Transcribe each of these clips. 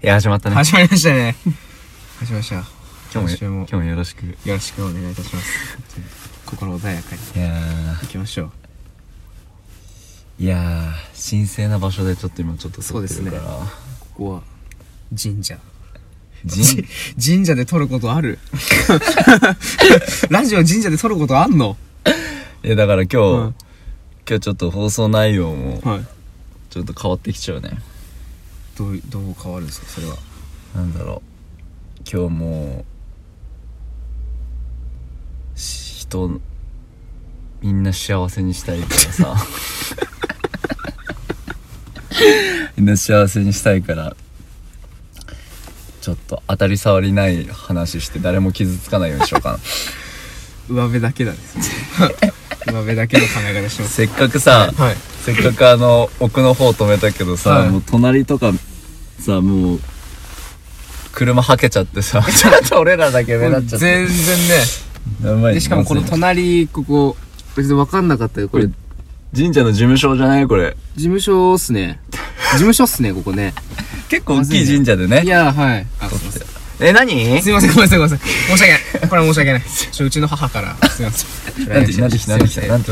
いや、始まったね。 始まりましたね。始まりました。 今日もよろしく。 よろしくお願いいたします。心穏やかに。 いや行きましょう。 いや神聖な場所でちょっと今ちょっと撮ってるから。 ここは神社。 神社で撮ることある？ラジオ神社で撮ることあんの？ いやだから今日ちょっと放送内容もちょっと変わってきちゃうね。 どう変わるんですかそれは。 なんだろう、今日もみんな幸せにしたいからさみんな幸せにしたいからちょっと当たり障りない話して誰も傷つかないようにしようかな。 上辺だけだね上辺だけの考え方します。 せっかくさ、 はい、 せっかく奥の方止めたけどさ、はい、もう隣とかさ、もう車はけちゃってさちょっと俺らだけ目立っちゃって全然ね。でしかもこの隣ここ別に分かんなかったよ。これ神社の事務所じゃない？これ事務所っすね。事務所っすねここね。 結構大きい神社でね。 いやはい。あ、すいません。 何？ すいませんごめんなさい。申し訳ない。これは申し訳ない。うちの母からすいません。 なんてきた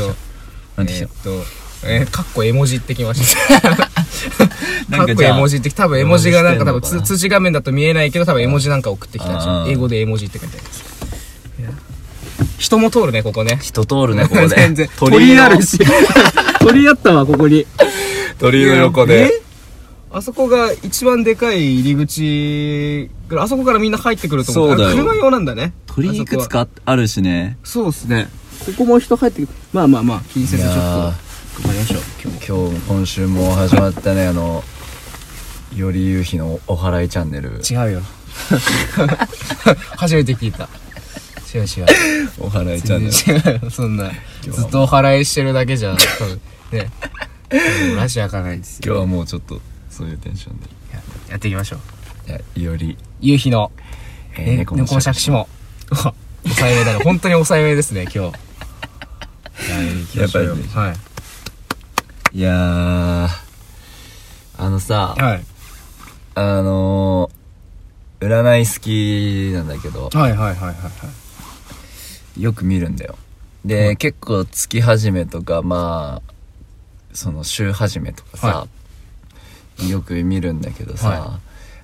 かっこ絵文字ってきましたかっこ絵文字って多分絵文字がなんか多分通知画面だと見えないけど多分絵文字なんか送ってきたんですよ。英語で絵文字って書いてあります。人も通るねここね。 人通るねここで。 全然鳥居あるし鳥居あったわここに。 鳥居の横であそこが一番でかい入り口、あそこからみんな入ってくると思う。 そうだよ。 車用なんだね。 鳥居いくつかあるしね。 そうですね。ここも人入ってくる。まあ気にせずちょっと頑張りましょう。 今週も始まったねより夕日のお祓いチャンネル。 違うよ初めて聞いた。違うお祓いチャンネル。 違うよそんなずっとお祓いしてるだけじゃ多分ねラジオ開かないですよ。 今日はもうちょっとそういうテンションでやっていきましょう。より夕日の猫の杓子も抑えめだね。本当に抑えめですね今日。 やっぱりね。 はい。 いやさ、 はい。 占い好きなんだけど、よく見るんだよ。で、結構月始めとかその週始めとかさ、よく見るんだけどさ、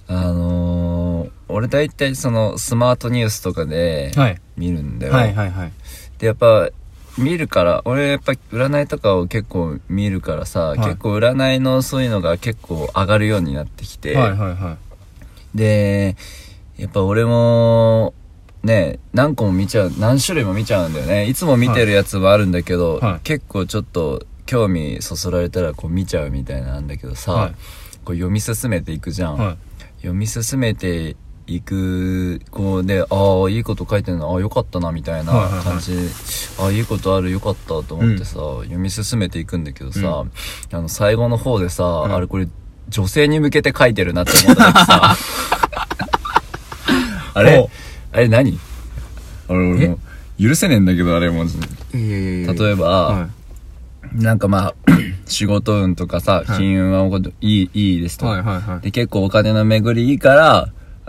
俺大体そのスマートニュースとかで見るんだよ。でやっぱ見るから俺やっぱ占いとかを結構見るからさ、結構占いのそういうのが結構上がるようになってきて、でやっぱ俺もね何個も見ちゃう、何種類も見ちゃうんだよね。いつも見てるやつはあるんだけど、結構ちょっと興味そそられたらこう見ちゃうみたいなんだけどさ、こう読み進めていくじゃん、読み進めていくこうで、いいこと書いてるの、よかったなみたいな感じで、いいことある、よかったと思ってさ、読み進めていくんだけどさ、最後の方でさ、あれこれ女性に向けて書いてるなって思った時さあれ何？俺もう許せねえんだけど、あれも例えば、なんか仕事運とかさ、金運はいいですと、で結構お金の巡りいいから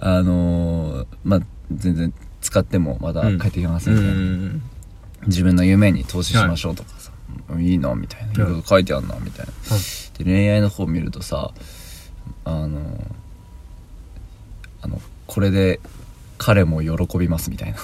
全然使ってもまだ帰ってきますみたいな、自分の夢に投資しましょうとかさ、いいなみたいな、いいこと書いてあんなみたいな、で恋愛の方見るとさ、これで彼も喜びますみたいな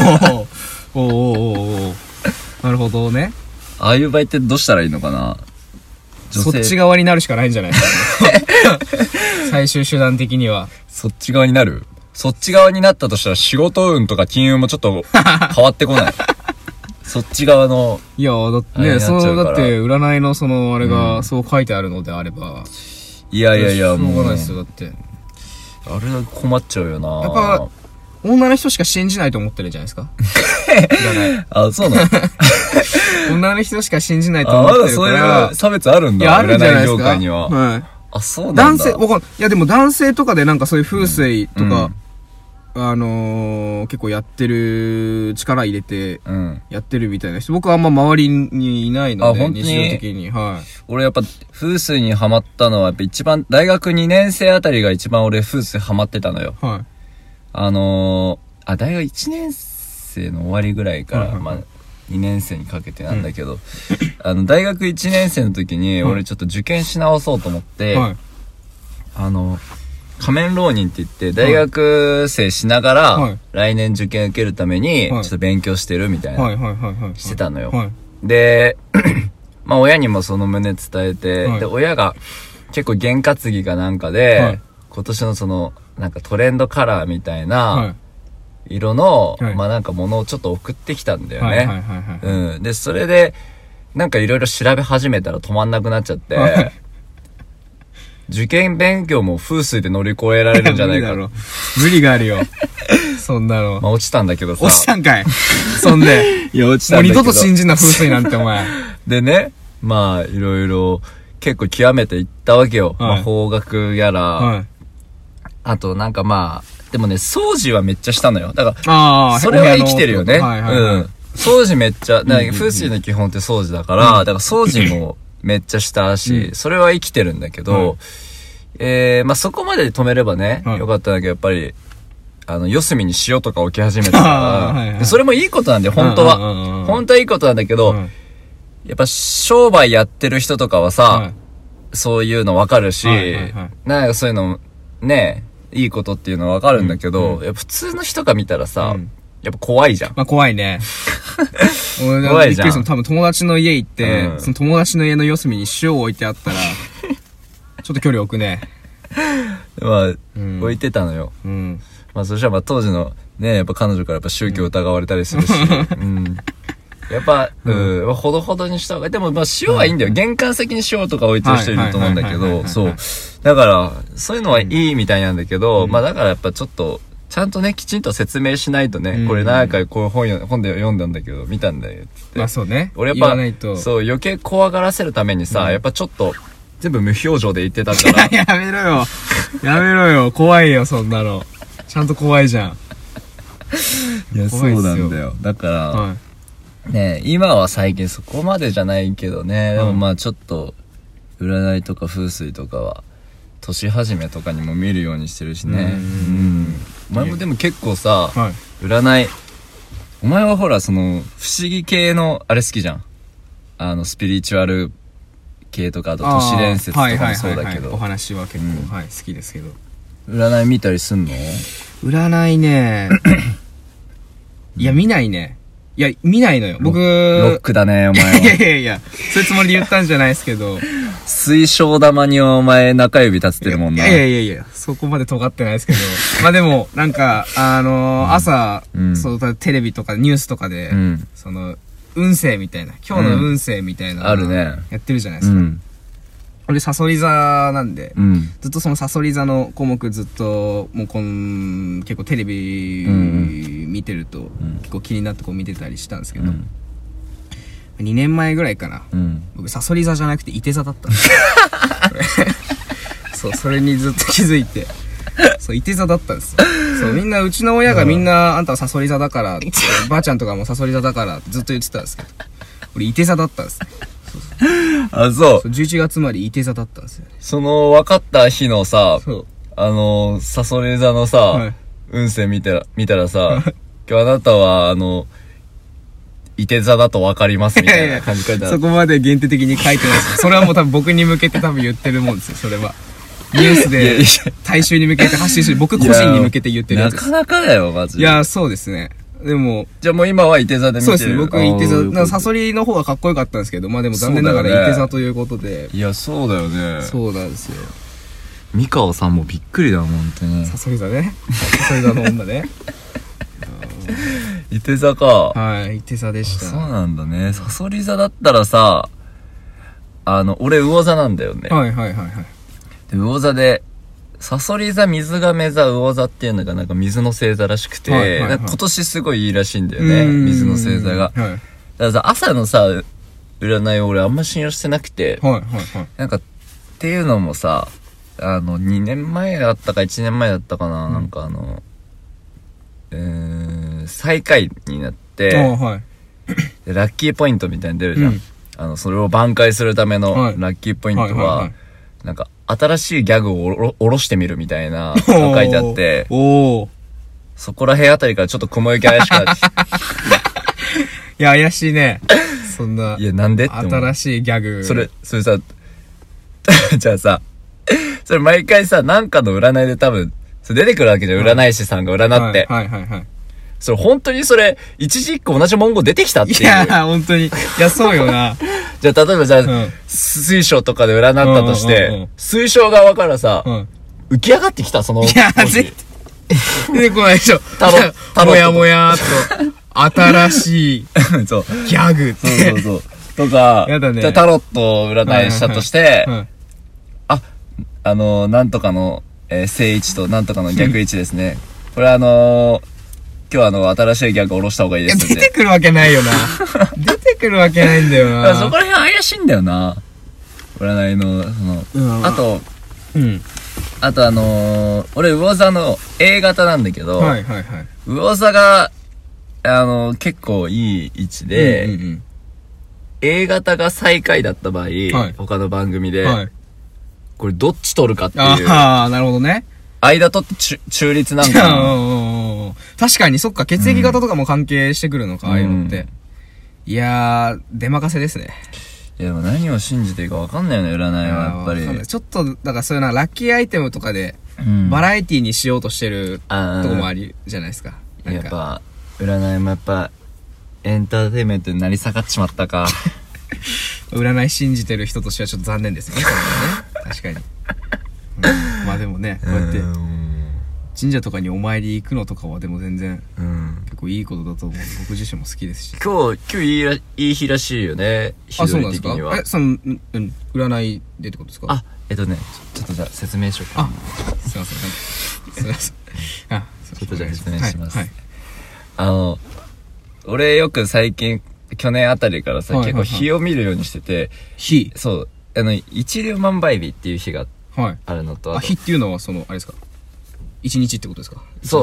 なるほどね。 ああいう場合ってどうしたらいいのかな。 そっち側になるしかないんじゃないですか、ね、最終手段的にはそっち側になる。そっち側になったとしたら仕事運とか金運もちょっと変わってこないそっち側の、 いやだってね、だって占いのそのあれがそう書いてあるのであれば、 いやもうしょうがないですよ。だってあれは困っちゃうよな。 やっぱ女の人しか信じないと思ってるんじゃないですかあ、そうなの女の人しか信じないと思ってるから。 そういう差別あるんだ。 いや、あるんじゃないですか。 占い業界には。 はい。 あ、そうなんだ。 男性、いやでも男性とかでなんかそういう風水とか、 結構やってる、力入れて、やってるみたいな人、僕はあんま周りにいないので、 本当に日常的に。はい。 俺やっぱ、風水にハマったのは、やっぱ一番、大学2年生あたりが一番俺風水ハマってたのよ。 はい。 大学1年生の終わりぐらいから、まあ、2年生にかけてなんだけど、大学1年生の時に、俺ちょっと受験し直そうと思って、仮面浪人って言って、大学生しながら、来年受験受けるために、ちょっと勉強してるみたいな、してたのよ。で、まあ親にもその旨伝えて、で、親が結構験担ぎかなんかで、今年のその、なんかトレンドカラーみたいな、色の、まあなんかものをちょっと送ってきたんだよね。うん。で、それで、なんかいろいろ調べ始めたら止まんなくなっちゃって、受験勉強も風水で乗り越えられるんじゃないか。 無理があるよ。そんなの。 まあ落ちたんだけどさ。 落ちたんかい。そんで。 いや、落ちたんだけど。 もう二度と信じんな風水なんてお前。 でね、まあいろいろ結構極めていったわけよ。まあ方角やら、あとなんかまあ、でもね、掃除はめっちゃしたのよ。だから、それは生きてるよね。うん。掃除めっちゃ、風水の基本って掃除だから、だから掃除も、めっちゃしたし、それは生きてるんだけど、まあ、そこまで止めればね、よかったんだけど、やっぱり、四隅に塩とか置き始めたから、それもいいことなんだよ、本当は。本当はいいことなんだけど、やっぱ商売やってる人とかはさ、そういうのわかるし、なんかそういうの、ね、いいことっていうのはわかるんだけど、やっぱ普通の人が見たらさ、やっぱ怖いじゃん。 まあ怖いね。 怖いじゃん。 多分友達の家行って、その友達の家の四隅に塩を置いてあったら、ちょっと距離置くね。 まあ、置いてたのよ。まあそしたらまあ当時のね、やっぱ彼女からやっぱ宗教疑われたりするし、やっぱ、ほどほどにした方が、でもまあ塩はいいんだよ。玄関先に塩とか置いてる人いると思うんだけど、そう。だから、そういうのはいいみたいなんだけど、まあだからやっぱちょっと、ちゃんとね、きちんと説明しないとね、これ何回こう本で読んだんだけど、見たんだよ、つって。 まあそうね。 俺やっぱ、そう、余計怖がらせるためにさ、やっぱちょっと、全部無表情で言ってたから。 やめろよ。やめろよ。怖いよ、そんなの。ちゃんと怖いじゃん。 いや、そうなんだよ。だから、ね、今は最近そこまでじゃないけどね、でもまあちょっと、占いとか風水とかは、年始めとかにも見るようにしてるしね。お前もでも結構さ、占い、お前はほらその不思議系のあれ好きじゃん。スピリチュアル系とか、あと都市伝説とかもそうだけど。 お話は結構、好きですけど。 占い見たりすんの？ 占いね、いや見ないね。いや、見ないのよ。僕、ロックだね、お前は。 いや、そういうつもりで言ったんじゃないですけど。 水晶玉にお前中指立ててるもんな。 いや、そこまで尖ってないですけど。まあでも、なんか、朝、そう、テレビとかニュースとかで、その、運勢みたいな、今日の運勢みたいな、 あるね。 やってるじゃないですか。俺、サソリ座なんで、ずっとそのサソリ座の項目ずっと、もう結構テレビ見てると、結構気になってこう見てたりしたんですけど、2年前ぐらいかな、僕サソリ座じゃなくてイテ座だったんですそう、それにずっと気づいて、そう、イテ座だったんですよ。そう、みんな、うちの親がみんな、あんたはサソリ座だから、ばあちゃんとかもサソリ座だからずっと言ってたんですけど、俺イテ座だったんですね。 あ、そう。 11月までイテ座だったんですよね。 その、分かった日のさ、サソリ座のさ、運勢見たらさ、今日あなたは、イテ座だと分かりますみたいな感じ書いてある。 そこまで限定的に書いてないです。それはもう多分僕に向けて多分言ってるもんですよ、それは。ニュースで、大衆に向けて発信してる、僕個人に向けて言ってるやつです。 なかなかだよ、マジで。 いや、そうですね。でも。 じゃあもう今はイテ座で見てる。 そうですね、僕イテ座。なんかサソリの方がかっこよかったんですけど、まあでも残念ながらイテ座ということで。 いや、そうだよね。 そうなんですよ。 三河さんもびっくりだ、本当に。 サソリ座ね。サソリ座の女ね。 イテ座か。 はい、イテ座でした。 そうなんだね。サソリ座だったらさ、俺魚座なんだよね。 はい。 で、魚座で、サソリ座、水亀座、魚座っていうのがなんか水の星座らしくて、今年すごいいいらしいんだよね、水の星座が。だからさ、朝のさ、占いを俺あんま信用してなくて、なんか、っていうのもさ、2年前だったか1年前だったかな、なんか最下位になって、 はい、 でラッキーポイントみたいに出るじゃん。それを挽回するためのラッキーポイントは、なんか、新しいギャグをおろしてみるみたいなのが書いてあって、そこら辺あたりからちょっと雲行き怪しくなって。 いや、怪しいね。そんな。 いや、なんでって思う。 新しいギャグ。 それさ、じゃあさ、それ毎回さ、なんかの占いで多分、それ出てくるわけじゃん、占い師さんが占って。 はいはいはい。 それ本当にそれ、一時一個同じ文言出てきたっていう。 いや、本当に。いや、そうよな。 じゃあ、例えばじゃあ、水晶とかで占ったとして、水晶側からさ、浮き上がってきた、その。いや、絶対。出てこないでしょ。もやもやーっと、新しい、そう。ギャグって。 そう。とか、 やだね。 じゃあ、タロット占いしたとして、なんとかの、正位置となんとかの逆位置ですね。これ今日新しいギャグ下ろした方がいいですって。 出てくるわけないよな。出てくるわけないんだよな。 そこら辺怪しいんだよな。占いの、あと、俺、魚座の A 型なんだけど、魚座が、結構いい位置で、A 型が最下位だった場合、他の番組で、これどっち取るかっていう。 ああ、なるほどね。 間取って中立なんかな。 確かに、そっか、血液型とかも関係してくるのか、ああいうのって。いやー、出任せですね。 いや、でも何を信じていいか分かんないよね、占いは、やっぱり。 ちょっと、だからそういうラッキーアイテムとかで、バラエティにしようとしてるとこもあり、じゃないですか。 やっぱ、占いもやっぱ、エンターテインメントになり下がっちまったか。 占い信じてる人としてはちょっと残念ですよね、これはね。確かに。まあでもね、こうやって、神社とかにお参り行くのとかはでも全然、結構いいことだと思う。僕自身も好きですし。 今日いい日らしいよね、 日取り的には。あ、そうなんですか？占いでってことですか？ あ、ちょっとじゃあ説明しようか。 すいません。すいません。 ちょっとじゃあ説明します。俺よく最近、去年あたりからさ、結構日を見るようにしてて、 日？ そう、一粒万倍日っていう日があるのと、 日っていうのはあれですか？一日ってことですか？ そう。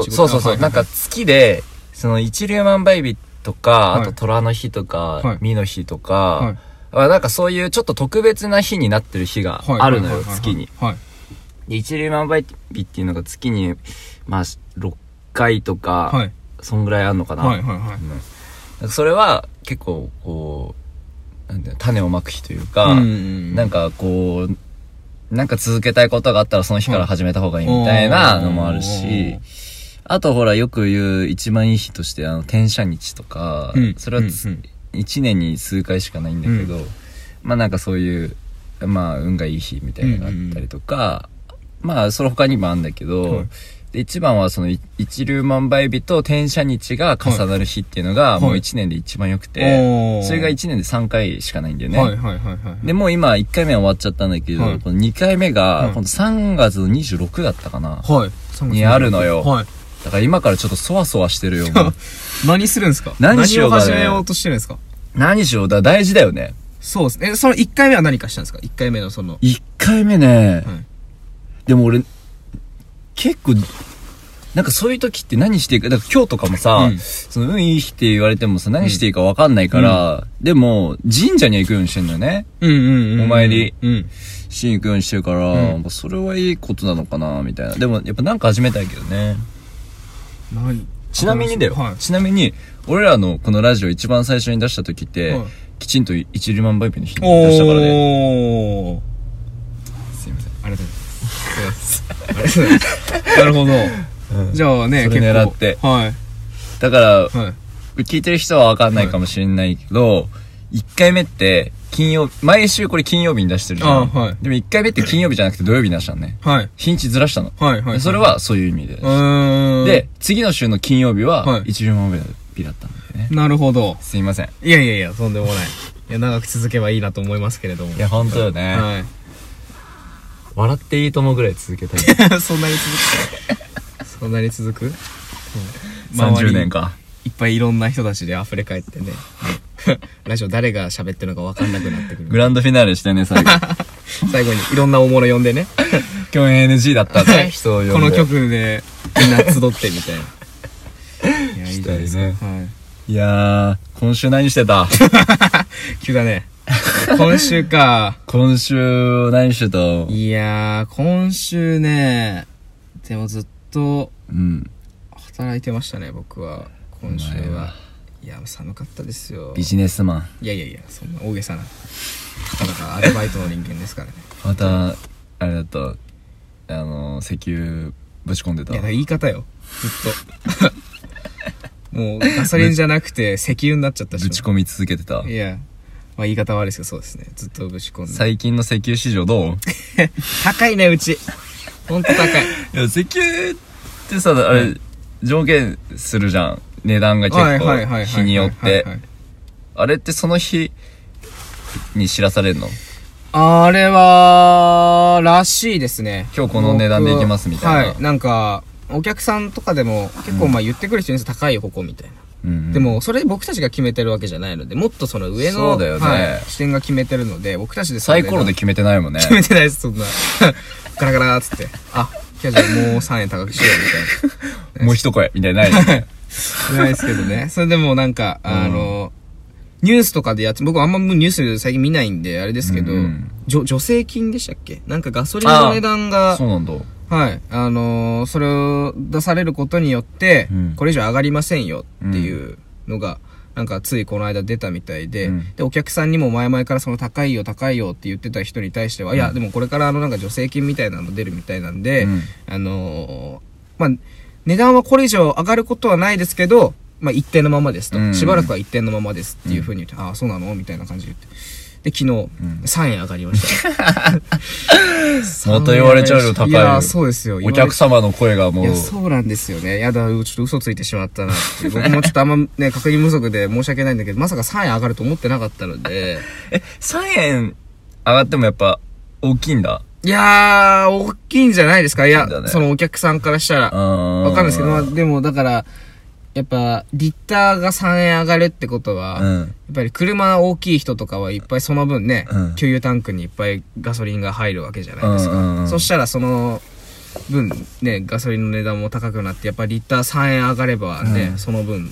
なんか月で、その一粒万倍日とか、あと虎の日とか、実の日とか、なんかそういうちょっと特別な日になってる日があるのよ、月に。で、一粒万倍日っていうのが月に、まあ、6回とか、そんぐらいあんのかな。それは結構、こう、なんていうの、種をまく日というか、なんかこう、なんか続けたいことがあったらその日から始めた方がいいみたいなのもあるし、あとほらよく言う一番いい日として天赦日とか、それは1年に数回しかないんだけど、まあなんかそういう、まあ運がいい日みたいなのがあったりとか、まあその他にもあるんだけど、で一番はその一粒万倍日と天赦日が重なる日っていうのがもう1年で一番良くて、それが1年で3回しかないんだよね。でもう今1回目は終わっちゃったんだけど、この2回目が今度3月の26だったかな、にあるのよ。だから今からちょっとそわそわしてるよ。 何するんですか？ 何しようかね。 何を始めようとしてるんですか？ 何しようだ、大事だよね。 そうですね。その1回目は何かしたんですか？1回目の 1回目ね、でも俺結構なんかそういう時って何していいか、だから今日とかもさ、その運いい日って言われてもさ、何していいか分かんないから、でも神社に行くようにしてんのよね。お参りしに行くようにしてるから、それはいいことなのかなみたいな。でもやっぱなんか始めたいけどね。ちなみにだよ、ちなみに俺らのこのラジオ一番最初に出した時って、きちんと一粒万倍日の日に出したからね。すいません、ありがとうございます。 なるほど。じゃあね、 それ狙って。だから、聞いてる人は分かんないかもしれないけど、1回目って金曜、毎週これ金曜日に出してるじゃん。でも1回目って金曜日じゃなくて土曜日に出したのね。日にちずらしたの。それはそういう意味で。で、次の週の金曜日は一粒万倍日だったんだよね。 なるほど。 すいません。 いや、とんでもない。いや、長く続けばいいなと思いますけれども。 いや、ほんとよね。笑っていいと思うぐらい続けたい。 そんなに続く 30年か。 いっぱいいろんな人たちで溢れ返ってね。ラジオ誰が喋ってるのか分かんなくなってくる。 グランドフィナーレしてね、最後。 最後にいろんな大物呼んでね。 共演 NG だったね、人を呼んで。 この曲でみんな集ってみたいな。 や、いいじゃないですか。ね。 はい。いやー、今週何してた？ 急だね。今週か。 今週何してた？ いやー、今週ね、でもずっと、働いてましたね、僕は。今週は。いや、寒かったですよ。 ビジネスマン。 いや、そんな大げさな。ただかアルバイトの人間ですからね。 また、あれだった、石油ぶち込んでた。 いや、言い方よ。ずっと。もう、ガソリンじゃなくて石油になっちゃったし。 ぶち込み続けてた。 いや、まあ言い方悪いですけど、そうですね。ずっとぶち込んで。 最近の石油市場どう？ 高いね、うち。ほんと高い。 いや、石油ってさ、あれ、上限するじゃん。値段が結構、日によって。あれってその日に知らされるの？ あれは、らしいですね。 今日この値段でいきますみたいな。 はい。なんか、お客さんとかでも結構まあ言ってくる人に高いよ、ここみたいな。でも、それ僕たちが決めてるわけじゃないので、もっとその上の、 そうだよね。 視点が決めてるので、僕たちでサイコロで決めてないもんね。 決めてないです、そんな。ガラガラーっつって。あ、今日じゃもう3円高くしようみたいな。 もう一声みたいなないね。 ないですけどね。それでもなんか、ニュースとかで僕あんまニュース最近見ないんで、あれですけど、助成金でしたっけ？なんかガソリンの値段が、 そうなんだ。 はい。それを出されることによって、これ以上上がりませんよっていうのが、なんかついこの間出たみたいで、で、お客さんにも前々からその高いよって言ってた人に対しては、いや、でもこれからなんか助成金みたいなの出るみたいなんで、まあ、値段はこれ以上上がることはないですけど、まあ一定のままですと。しばらくは一定のままですっていう風に言って、ああ、そうなのみたいな感じで言って。で、昨日、3円上がりました。 また言われちゃうよ、高いよ。 いや、そうですよ。 お客様の声がもう。いや、 そうなんですよね。やだ、ちょっと嘘ついてしまったなって。僕もちょっとあんまね、確認不足で申し訳ないんだけど、まさか3円上がると思ってなかったので。 3円上がってもやっぱ、大きいんだ。 いやー、大きいんじゃないですか。いや、そのお客さんからしたら。わかんないですけど、まあ、でもだから、やっぱ、リッターが3円上がるってことは、やっぱり車大きい人とかはいっぱいその分ね、給油タンクにいっぱいガソリンが入るわけじゃないですか。そしたらその分ね、ガソリンの値段も高くなって、やっぱりリッター3円上がればね、その分、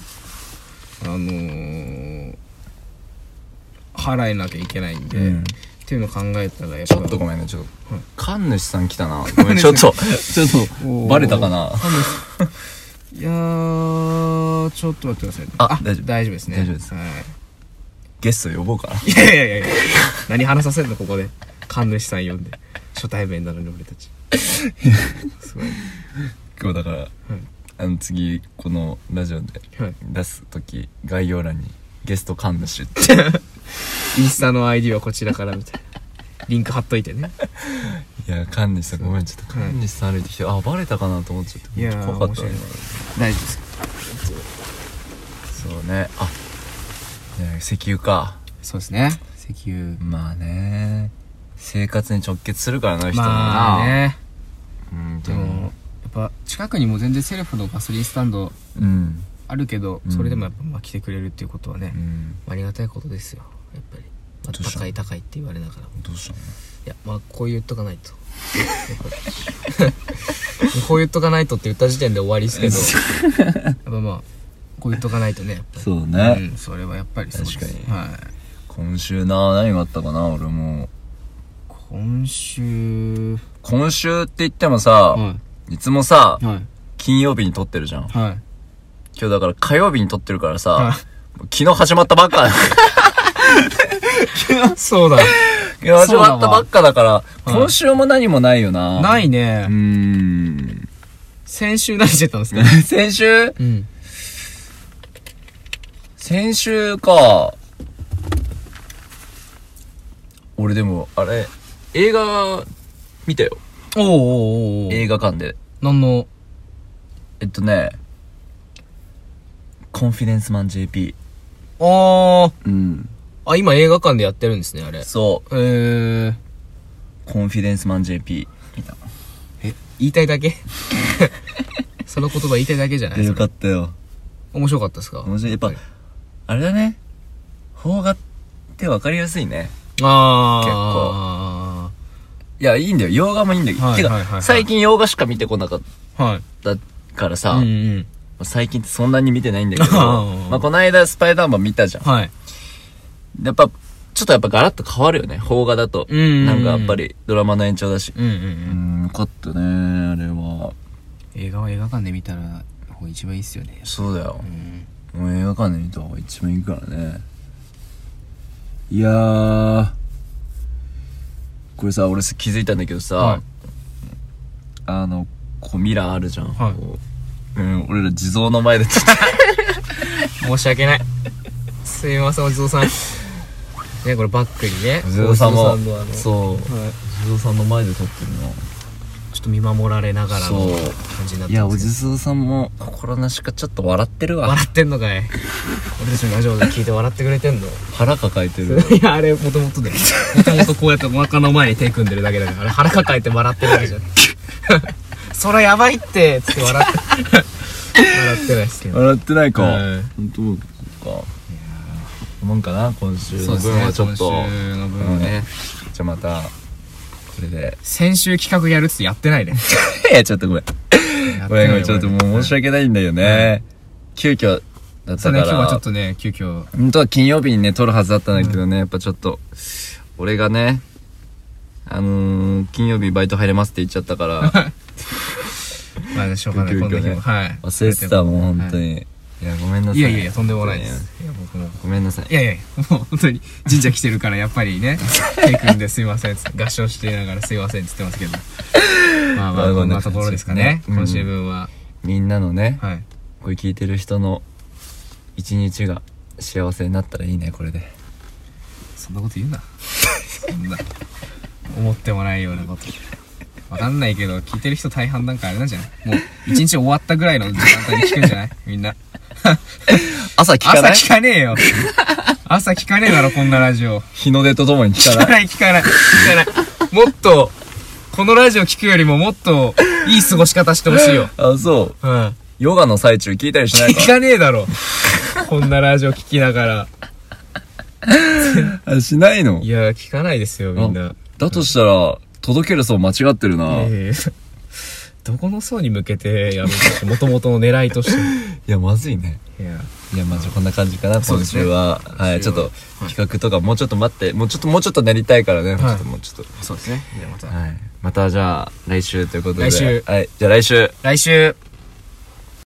払えなきゃいけないんで、っていうのを考えたらやっぱ。 ちょっとごめんね、ちょっと。神主さん来たな。ごめん、ちょっと、バレたかな。 いやー、ちょっと待ってください。 あ、 大丈夫ですね。 大丈夫です。はい。ゲスト呼ぼうかな。 いや。何話させんの、ここで。神主さん呼んで。初対面なのに俺たち。すごい。 今日だから、次、このラジオで出すとき、概要欄にゲスト神主って。 インスタの ID はこちらからみたいな。リンク貼っといてね。 いや、神主さんごめん、ちょっと神主さん歩いてきて、あ、バレたかなと思っちゃって。 いや、 怖かったね。 大丈夫ですか？ そうね。あ、石油か。 そうですね。石油。 まあね。生活に直結するからな、人もな。 まあね。でも、やっぱ近くにも全然セルフのガソリンスタンドあるけど、それでもやっぱ来てくれるっていうことはね、ありがたいことですよ。やっぱり。高いって言われながら。 どうしたの？ いや、まあこう言っとかないと。こう言っとかないとって言った時点で終わりですけど、やっぱまあこう言っとかないとね、やっぱり。 そうね。 それはやっぱりそうです。 確かに。 はい。 今週何があったかな、俺も。 今週って言ってもさ、いつもさ、金曜日に撮ってるじゃん。 はい。 今日だから火曜日に撮ってるからさ、昨日始まったばっか。 そうだ。 いや、始まったばっかだから、今週も何もないよな。 ないね。先週何してたんですか？ 先週？先週か。俺でも、あれ、映画、見たよ。映画館で。 何の？ コンフィデンスマン JP。 あ、今映画館でやってるんですね、あれ。 そう。コンフィデンスマン JP。 言いたいだけその言葉言いたいだけじゃないよかったよ。 面白かったですか？ 面白い。やっぱ、あれだね。邦画って分かりやすいね。結構。いや、いいんだよ。洋画もいいんだけど。てか、最近洋画しか見てこなかったからさ、 最近ってそんなに見てないんだけど、まあこの間スパイダーマン見たじゃん。はい。やっぱ、ちょっとやっぱガラッと変わるよね、邦画だと。なんかやっぱりドラマの延長だし。よかったね、あれは。 映画は映画館で見たら方が一番いいっすよね。 そうだよ。もう映画館で見た方が一番いいからね。いやー、これさ、俺気づいたんだけどさ、こうミラーあるじゃん。俺ら地蔵の前で撮って申し訳ない。すいません、お地蔵さん。ね、これバックにね、 お地蔵さんも、そう、お地蔵さんの前で撮ってるの。 ちょっと見守られながらの感じになってますけど。いや、 お地蔵さんも心なしかちょっと笑ってるわ。 笑ってんのかい。俺たちのラジオで聞いて笑ってくれてんの。 腹抱えてる。 いや、あれもともとだよ。もともとこうやってお腹の前に手組んでるだけだから、あれ腹抱えて笑ってるわけじゃん。そらやばいってつって笑ってないっすけど。 笑ってないか。本当か。もんかな、今週の分はちょっと。今週の分ね。じゃあまた、これで。 先週企画やるってやってないね。 いや、ちょっとごめん。ごめん、ちょっともう申し訳ないんだよね。急遽だったから。そうね、 今日はちょっとね、急遽。 本当は金曜日にね、撮るはずだったんだけどね、やっぱちょっと、俺がね、金曜日バイト入れますって言っちゃったから。 まあ、しょうがない、こんな日も。はい。 忘れてたもん、本当に。いや、ごめんなさい。 いや、とんでもないです。いや、僕も。 ごめんなさい。 いや、もう本当に神社来てるから、やっぱりね、ケイ君ですいません、合唱していながらすいませんって言ってますけど。まあ、こんなところですかね、今週分は。 みんなのね、これ聞いてる人の一日が幸せになったらいいね、これで。 そんなこと言うな。そんな、思ってもないようなこと。わかんないけど、聞いてる人大半なんかあれなんじゃない？もう、一日終わったぐらいの時間帯に聞くんじゃない？みんな。 朝聞かない？ 朝聞かねえよ。朝聞かねえだろ、こんなラジオ。 日の出とともに聞かない？ 聞かない。もっと、このラジオ聞くよりももっと、いい過ごし方してほしいよ。 あ、そう。ヨガの最中聞いたりしないか？ 聞かねえだろ。こんなラジオ聞きながら。しないの？ いや、聞かないですよ、みんな。 だとしたら、届ける層間違ってるな。 どこの層に向けてやるんですか？元々の狙いとして。 いや、まずいね。いや、まずこんな感じかな、今週は。はい、ちょっと、企画とかもうちょっと待って、もうちょっと練りたいからね。もうちょっと。 そうですね。じゃあまた。 はい。またじゃあ、来週ということで。 来週。 はい、じゃあ来週。 来週。